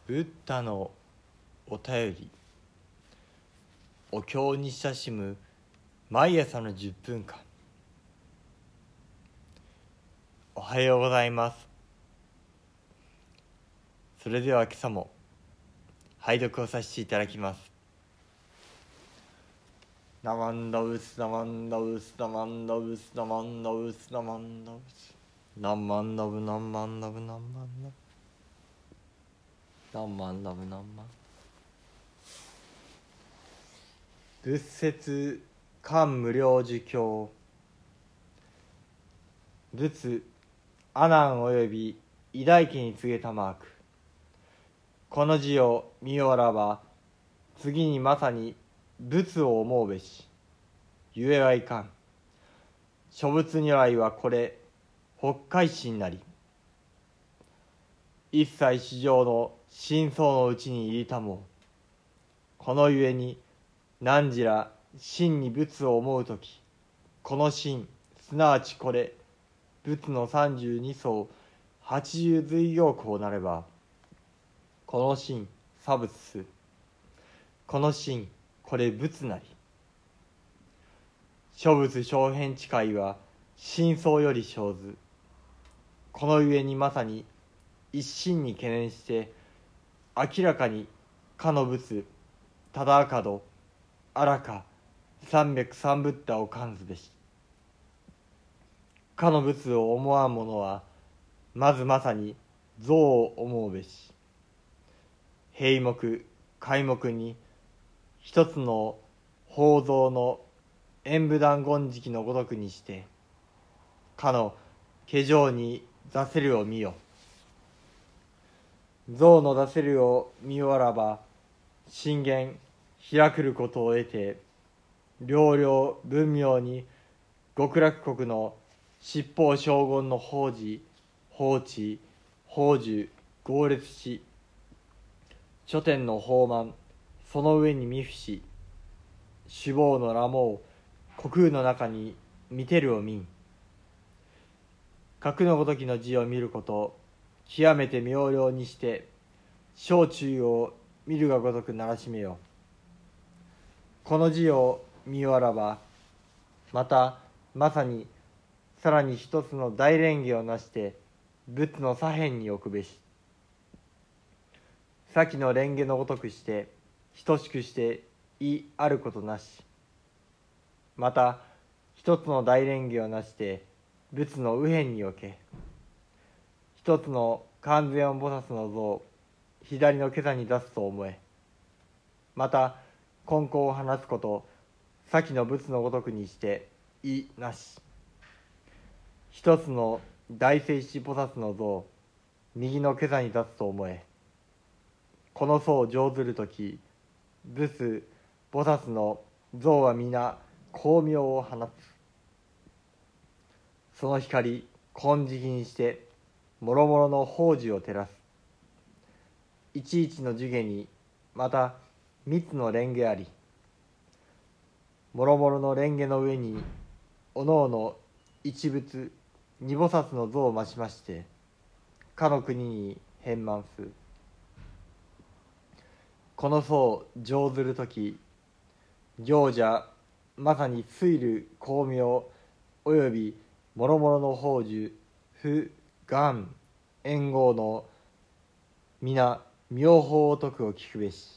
ブッダのお便り。お経に親しむ毎朝の10分間。おはようございます。それでは今朝も拝読をさせていただきます。ナマンダウスナマンダウスナマンダウスナマンダウスナマンダウスナマンダブナンマンダブナンマンダブナンマンダブナンマン。仏説漢無量寿経。仏阿難および偉大家に告げたマーク。この字を見よらば次にまさに仏を思うべし。ゆえはいかん。諸仏如来はこれ北海心なり。一切至上の深層のうちに入りたもう。このゆえに汝ら真に仏を思うとき、この真すなわちこれ仏の32層80随行項なれば、この真差仏す。この真これ仏なり。諸仏小変誓いは深層より生ず。このゆえにまさに一心に懸念して明らかにかの仏ただあかどあらか303ブッダを観ずべし。かの仏を思わん者はまずまさに像を思うべし。閉目開目に一つの法像の演武断言時のごとくにしてかの化粧に座せるを見よ。像の出せるを見よらば真言開くることを得て両々文明に極楽国の七宝将軍の法事法知法寿合列し諸天の宝満その上に見伏し主謀の羅網虚空の中に見てるを見ん。格のごときの字を見ること極めて妙量にして小中を見るがごとくならしめよ。この字を見よらばまたまさにさらに一つの大蓮華をなして仏の左辺に置くべし。先の蓮華のごとくして等しくして意あることなし。また一つの大蓮華をなして仏の右辺に置け。一つの観世音菩薩の像を左の今朝に出すと思え。また金光を放つこと先の仏のごとくにして意なし。一つの大聖子菩薩の像を右の今朝に出すと思え。この層を上ずるとき仏菩薩の像は皆光明を放つ。その光金色にしてもろもろの法事を照らす。いちいちの寿下にまた三つの蓮華あり。もろもろの蓮華の上におのおの一仏二菩薩の像を増しましてかの国に遍満す。この層を上ずるとき行者まさに推る光明およびもろもろの宝珠不願縁号の皆妙法を説くを聞くべし。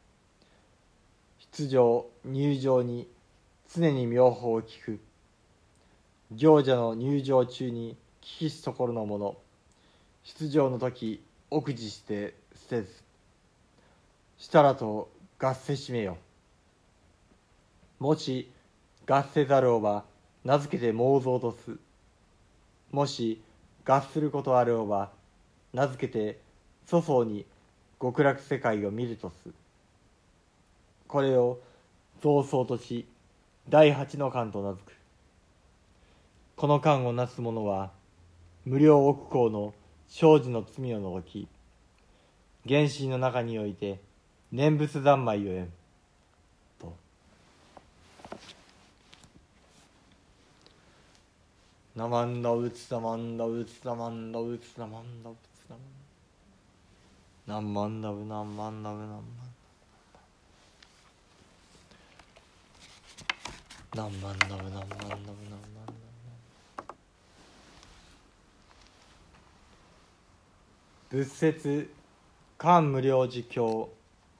出場入場に常に妙法を聞く。行者の入場中に聞きしところのもの出場の時奥辞して捨てずしたらと合せしめよ。もし合せざるをば名付けて妄想とす。もし合することあるをば名付けて粗相に極楽世界を見るとす。これを造相とし第八の観と名付く。この観をなす者は無量億劫の生死の罪を除き原神の中において念仏三昧を得んと。ナマンダウツナマンダウツナマンダウツナマンダウツナマンダ何万ダブ何万ダブ何万何万ダブ何万ダブ何万ダブ仏説漢無量寿経。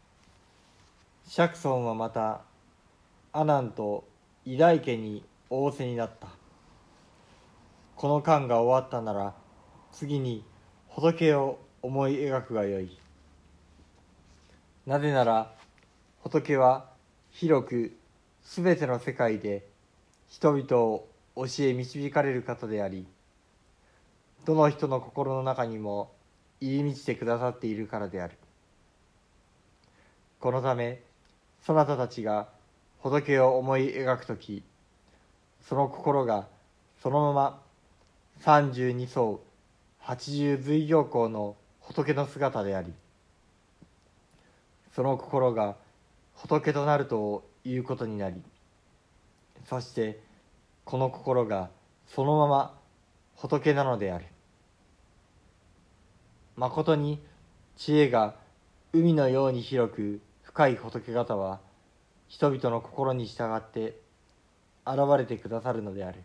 釈尊はまた阿南と偉大家に仰せになった。この漢が終わったなら次に仏を思い描くがよい。なぜなら仏は広くすべての世界で人々を教え導かれる方であり、どの人の心の中にも入り満ちてくださっているからである。このためそなたたちが仏を思い描くとき、その心がそのまま32層80随行幸の仏の姿であり、その心が仏となるということになり、そしてこの心がそのまま仏なのである。まことに知恵が海のように広く深い仏方は人々の心に従って現れてくださるのである。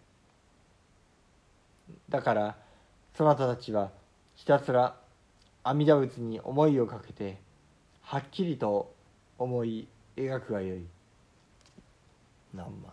だからそなたたちはひたすら阿弥陀仏に思いをかけてはっきりと思い描くがよい。何万だ。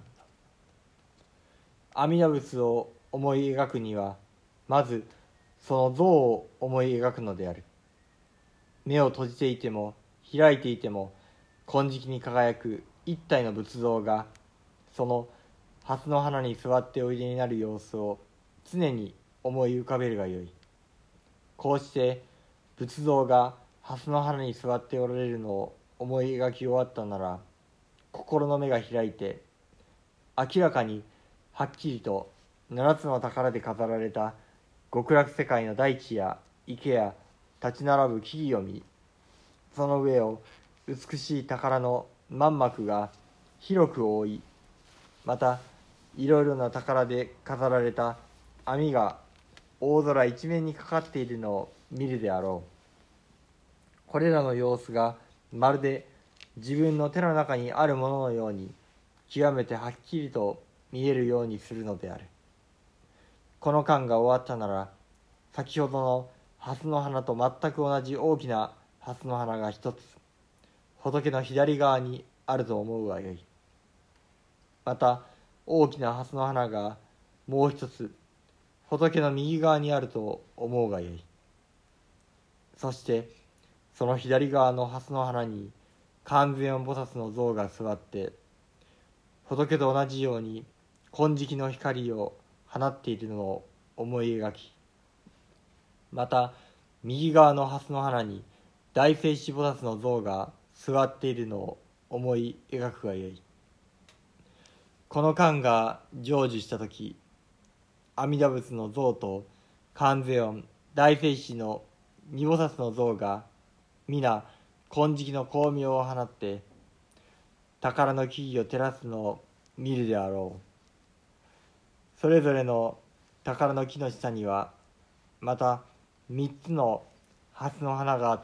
阿弥陀仏を思い描くにはまずその像を思い描くのである。目を閉じていても開いていても金色に輝く一体の仏像がその蓮の花に座っておいでになる様子を常に思い浮かべるがよい。こうして仏像が蓮の花に座っておられるのを思い描き終わったなら、心の目が開いて明らかにはっきりと7つの宝で飾られた極楽世界の大地や池や立ち並ぶ木々を見、その上を美しい宝の満幕が広く覆い、またいろいろな宝で飾られた網が大空一面にかかっているのを見るであろう。これらの様子がまるで自分の手の中にあるもののように極めてはっきりと見えるようにするのである。この間が終わったなら、先ほどの蓮の花と全く同じ大きな蓮の花が一つ仏の左側にあると思うがよい。また大きな蓮の花がもう一つ仏の右側にあると思うがよい。そしてその左側の蓮の花に観世音菩薩の像が座って仏と同じように金色の光を放っているのを思い描き、また右側の蓮の花に大勢至菩薩の像が座っているのを思い描くがよい。この間が成就したとき、阿弥陀仏の像と観世音大勢至の二菩薩の像が皆金色の光明を放って宝の木々を照らすのを見るであろう。それぞれの宝の木の下にはまた3つの蓮の花があって、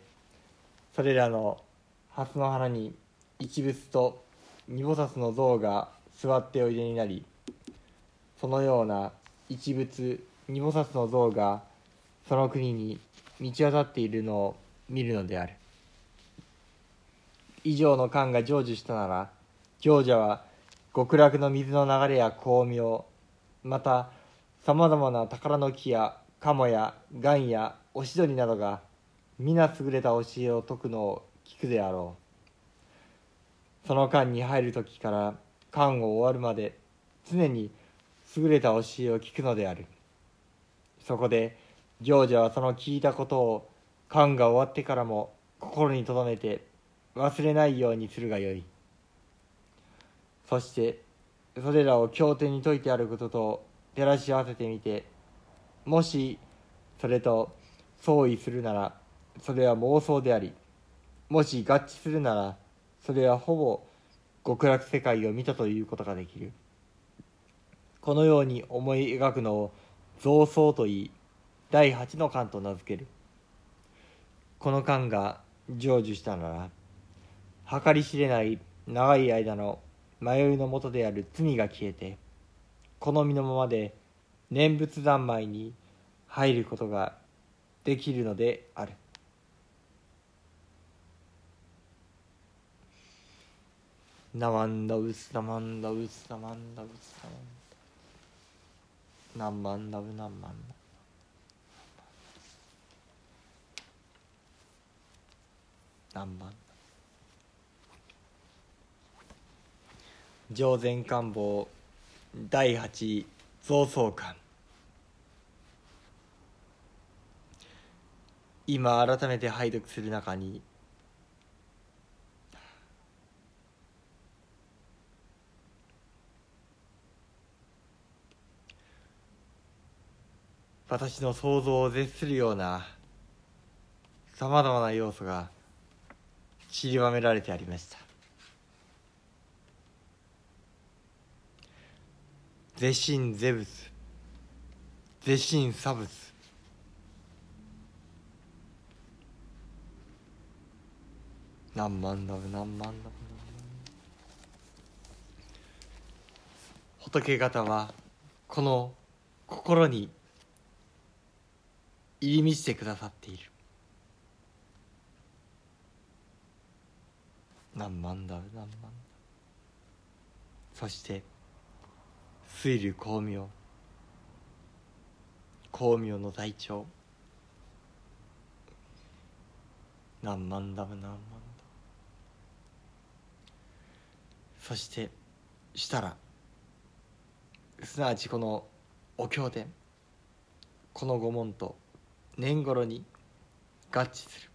それらの蓮の花に一仏と二菩薩の像が座っておいでになり、そのような一仏二菩薩の像がその国に満ち渡っているのを見るのである。以上の間が成就したなら、行者は極楽の水の流れや光明、またさまざまな宝の木や鴨や雁やおしどりなどが皆優れた教えを説くのを聞くであろう。その間に入る時から間を終わるまで常に優れた教えを聞くのである。そこで行者はその聞いたことを間が終わってからも心に留めて忘れないようにするがよい。そしてそれらを経典に説いてあることと照らし合わせてみて、もしそれと相違するならそれは妄想であり、もし合致するならそれはほぼ極楽世界を見たということができる。このように思い描くのを造想といい、第8の観と名付ける。 この間が成就したなら、計り知れない長い間の迷いのもとである罪が消えて、この身のままで念仏三昧に入ることができるのである。ナマンダウスナマンダウスナマンダウスナマンダウナマンダウナマンダ何番上善官房第8増相館。今改めて拝読する中に、私の想像を絶するようなさまざまな要素が散りばめられてありました。是心是仏、是心差仏、何万ダブ何万ダブ、仏方はこの心に入り満ちてくださっている。何万ダブ何万ダブ、そして水流光明、光明の大腸、何万ダブ何万ダブ、そしてしたら、すなわちこのお経典、この御門と年頃に合致する。